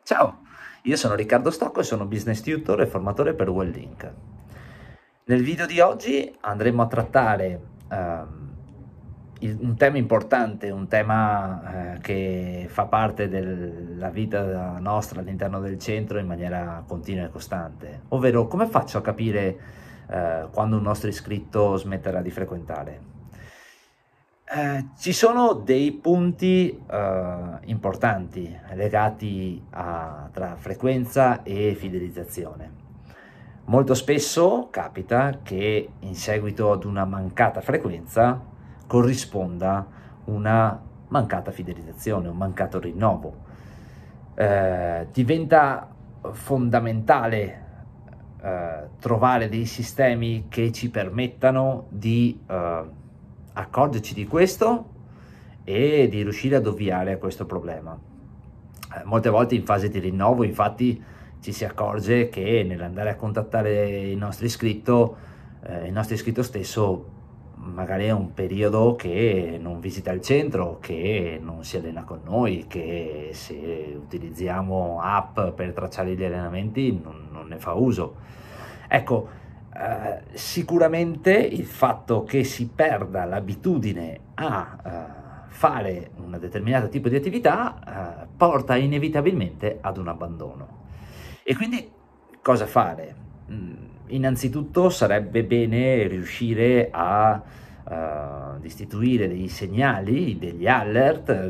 Ciao, io sono Riccardo Stocco e sono business tutor e formatore per Wellink. Nel video di oggi andremo a trattare un tema importante, un tema che fa parte della vita nostra all'interno del centro in maniera continua e costante, ovvero come faccio a capire quando un nostro iscritto smetterà di frequentare. Ci sono dei punti importanti legati tra frequenza e fidelizzazione. Molto spesso capita che in seguito ad una mancata frequenza corrisponda una mancata fidelizzazione, un mancato rinnovo. Diventa fondamentale trovare dei sistemi che ci permettano di accorgerci di questo e di riuscire ad ovviare a questo problema. Molte volte in fase di rinnovo, infatti, ci si accorge che nell'andare a contattare il nostro iscritto stesso magari è un periodo che non visita il centro, che non si allena con noi, che se utilizziamo app per tracciare gli allenamenti non ne fa uso. Ecco, sicuramente il fatto che si perda l'abitudine a fare un determinato tipo di attività porta inevitabilmente ad un abbandono. E quindi cosa fare? Innanzitutto sarebbe bene riuscire ad istituire dei segnali, degli alert,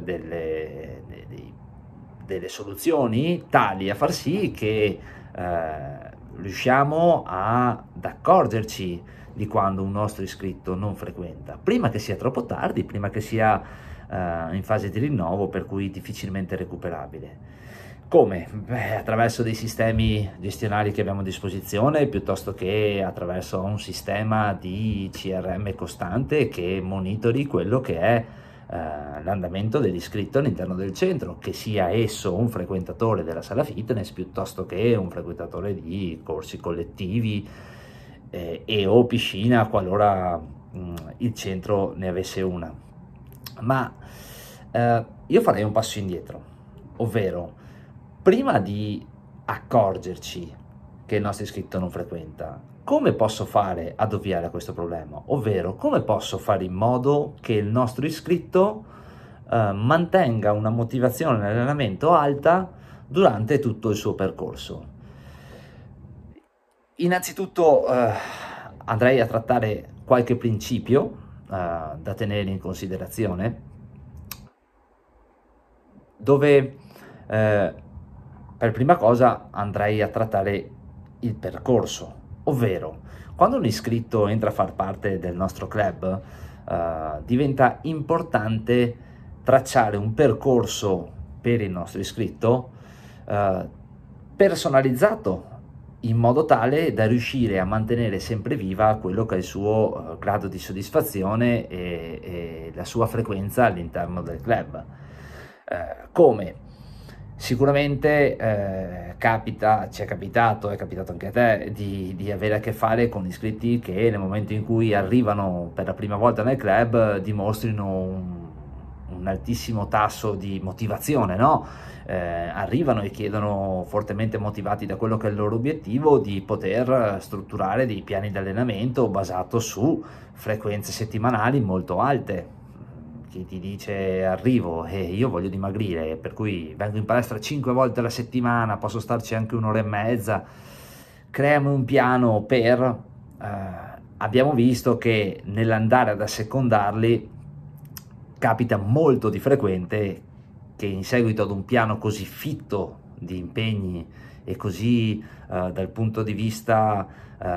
delle soluzioni tali a far sì che riusciamo ad accorgerci di quando un nostro iscritto non frequenta, prima che sia troppo tardi, prima che sia in fase di rinnovo, per cui difficilmente recuperabile. Come? Attraverso dei sistemi gestionali che abbiamo a disposizione, piuttosto che attraverso un sistema di CRM costante che monitori quello che è l'andamento dell'iscritto all'interno del centro, che sia esso un frequentatore della sala fitness piuttosto che un frequentatore di corsi collettivi e o piscina qualora il centro ne avesse una. Ma io farei un passo indietro, ovvero prima di accorgerci che il nostro iscritto non frequenta, come posso fare ad ovviare a questo problema? Ovvero, come posso fare in modo che il nostro iscritto mantenga una motivazione nell'allenamento alta durante tutto il suo percorso? Innanzitutto andrei a trattare qualche principio da tenere in considerazione, dove per prima cosa andrei a trattare il percorso, ovvero quando un iscritto entra a far parte del nostro club diventa importante tracciare un percorso per il nostro iscritto personalizzato in modo tale da riuscire a mantenere sempre viva quello che è il suo grado di soddisfazione e la sua frequenza all'interno del club. Come? Sicuramente ci è capitato anche a te di avere a che fare con iscritti che nel momento in cui arrivano per la prima volta nel club dimostrino un altissimo tasso di motivazione, no? Arrivano e chiedono, fortemente motivati da quello che è il loro obiettivo, di poter strutturare dei piani di allenamento basato su frequenze settimanali molto alte. Chi ti dice arrivo e io voglio dimagrire, per cui vengo in palestra 5 volte alla settimana, posso starci anche un'ora e mezza, creami un piano per... abbiamo visto che nell'andare ad assecondarli capita molto di frequente che in seguito ad un piano così fitto di impegni e così dal punto di vista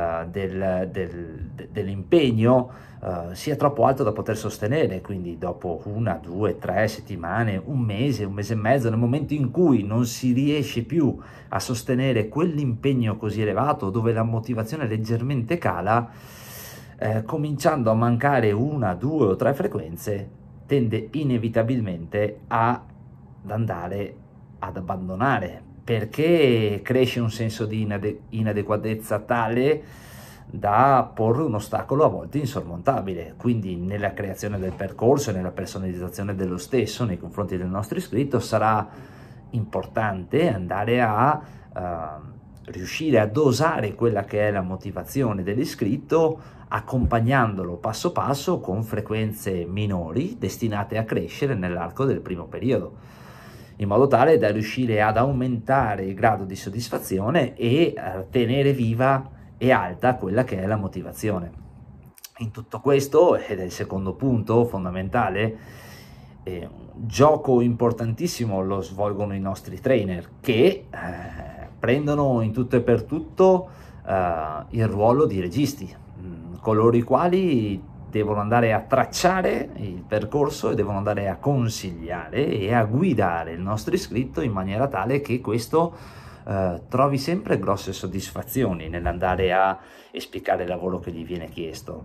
dell'impegno sia troppo alto da poter sostenere, quindi dopo 1, 2, 3 settimane, un mese e mezzo, nel momento in cui non si riesce più a sostenere quell'impegno così elevato, dove la motivazione leggermente cala, cominciando a mancare 1, 2 o 3 frequenze, tende inevitabilmente ad andare ad abbandonare, perché cresce un senso di inadeguatezza tale da porre un ostacolo a volte insormontabile. Quindi nella creazione del percorso e nella personalizzazione dello stesso nei confronti del nostro iscritto sarà importante andare a riuscire a dosare quella che è la motivazione dell'iscritto, accompagnandolo passo passo con frequenze minori destinate a crescere nell'arco del primo periodo, in modo tale da riuscire ad aumentare il grado di soddisfazione e tenere viva e alta quella che è la motivazione. In tutto questo, ed è il secondo punto fondamentale, un gioco importantissimo lo svolgono i nostri trainer, che prendono in tutto e per tutto il ruolo di registi, coloro i quali devono andare a tracciare il percorso e devono andare a consigliare e a guidare il nostro iscritto in maniera tale che questo trovi sempre grosse soddisfazioni nell'andare a esplicare il lavoro che gli viene chiesto.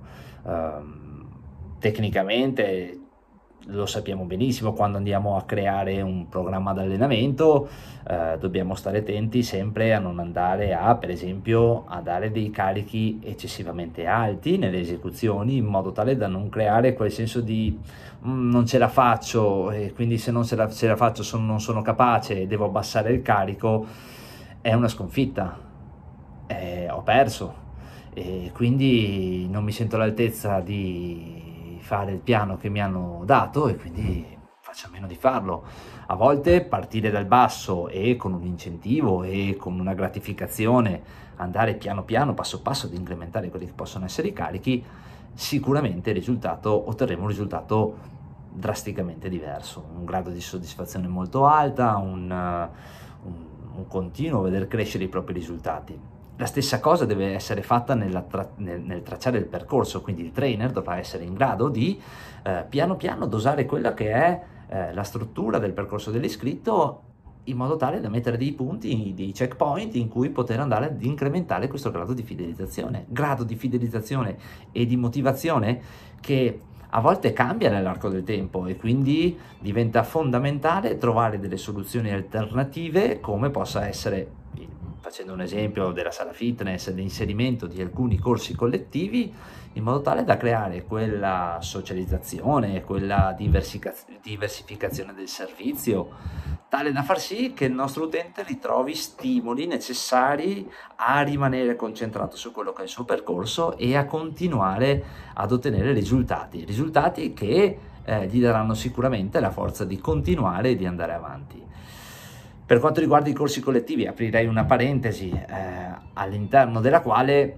Tecnicamente lo sappiamo benissimo, quando andiamo a creare un programma di allenamento dobbiamo stare attenti sempre a non andare a, per esempio, a dare dei carichi eccessivamente alti nelle esecuzioni, in modo tale da non creare quel senso di non ce la faccio, e quindi se non ce la faccio non sono capace, devo abbassare il carico. È una sconfitta, ho perso e quindi non mi sento all'altezza di fare il piano che mi hanno dato e quindi faccio a meno di farlo. A volte partire dal basso e con un incentivo e con una gratificazione andare piano piano, passo passo ad incrementare quelli che possono essere i carichi, sicuramente otterremo un risultato drasticamente diverso, un grado di soddisfazione molto alta, un continuo veder crescere i propri risultati. La stessa cosa deve essere fatta nel tracciare il percorso, quindi il trainer dovrà essere in grado di piano piano dosare quella che è la struttura del percorso dell'iscritto, in modo tale da mettere dei punti, dei checkpoint in cui poter andare ad incrementare questo grado di fidelizzazione e di motivazione che a volte cambia nell'arco del tempo, e quindi diventa fondamentale trovare delle soluzioni alternative, come possa essere, facendo un esempio della sala fitness, l'inserimento di alcuni corsi collettivi, in modo tale da creare quella socializzazione, quella diversificazione del servizio, tale da far sì che il nostro utente ritrovi stimoli necessari a rimanere concentrato su quello che è il suo percorso e a continuare ad ottenere risultati che gli daranno sicuramente la forza di continuare e di andare avanti. Per quanto riguarda i corsi collettivi, aprirei una parentesi all'interno della quale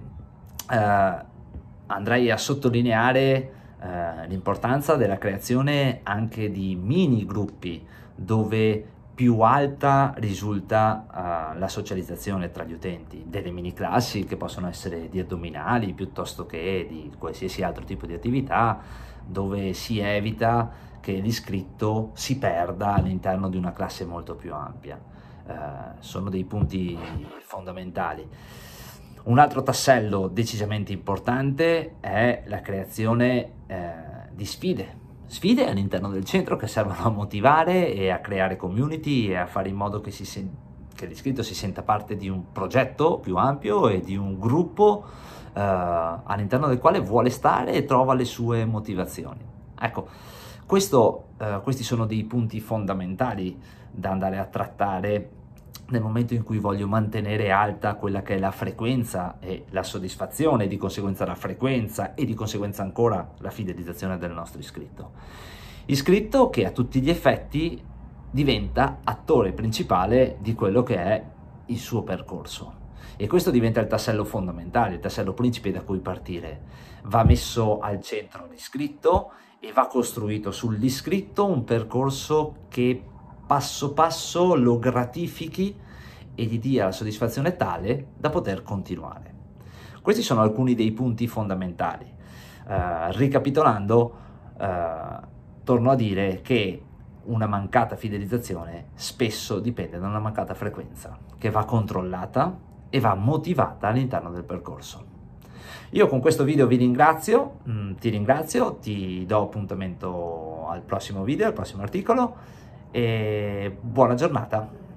andrei a sottolineare l'importanza della creazione anche di mini gruppi, dove più alta risulta la socializzazione tra gli utenti, delle mini classi che possono essere di addominali piuttosto che di qualsiasi altro tipo di attività, dove si evita che l'iscritto si perda all'interno di una classe molto più ampia. Sono dei punti fondamentali. Un altro tassello decisamente importante è la creazione di sfide all'interno del centro, che servono a motivare e a creare community e a fare in modo che l'iscritto si senta parte di un progetto più ampio e di un gruppo all'interno del quale vuole stare e trova le sue motivazioni. Ecco, questi sono dei punti fondamentali da andare a trattare nel momento in cui voglio mantenere alta quella che è la frequenza e la soddisfazione, e di conseguenza la frequenza e di conseguenza ancora la fidelizzazione del nostro iscritto che a tutti gli effetti diventa attore principale di quello che è il suo percorso, e questo diventa il tassello fondamentale, il tassello principe da cui partire. Va messo al centro l'iscritto e va costruito sull'iscritto un percorso che passo passo lo gratifichi e gli dia la soddisfazione tale da poter continuare. Questi sono alcuni dei punti fondamentali. Ricapitolando, torno a dire che una mancata fidelizzazione spesso dipende da una mancata frequenza, che va controllata e va motivata all'interno del percorso. Io con questo video vi ringrazio, ti do appuntamento al prossimo video, al prossimo articolo, e buona giornata.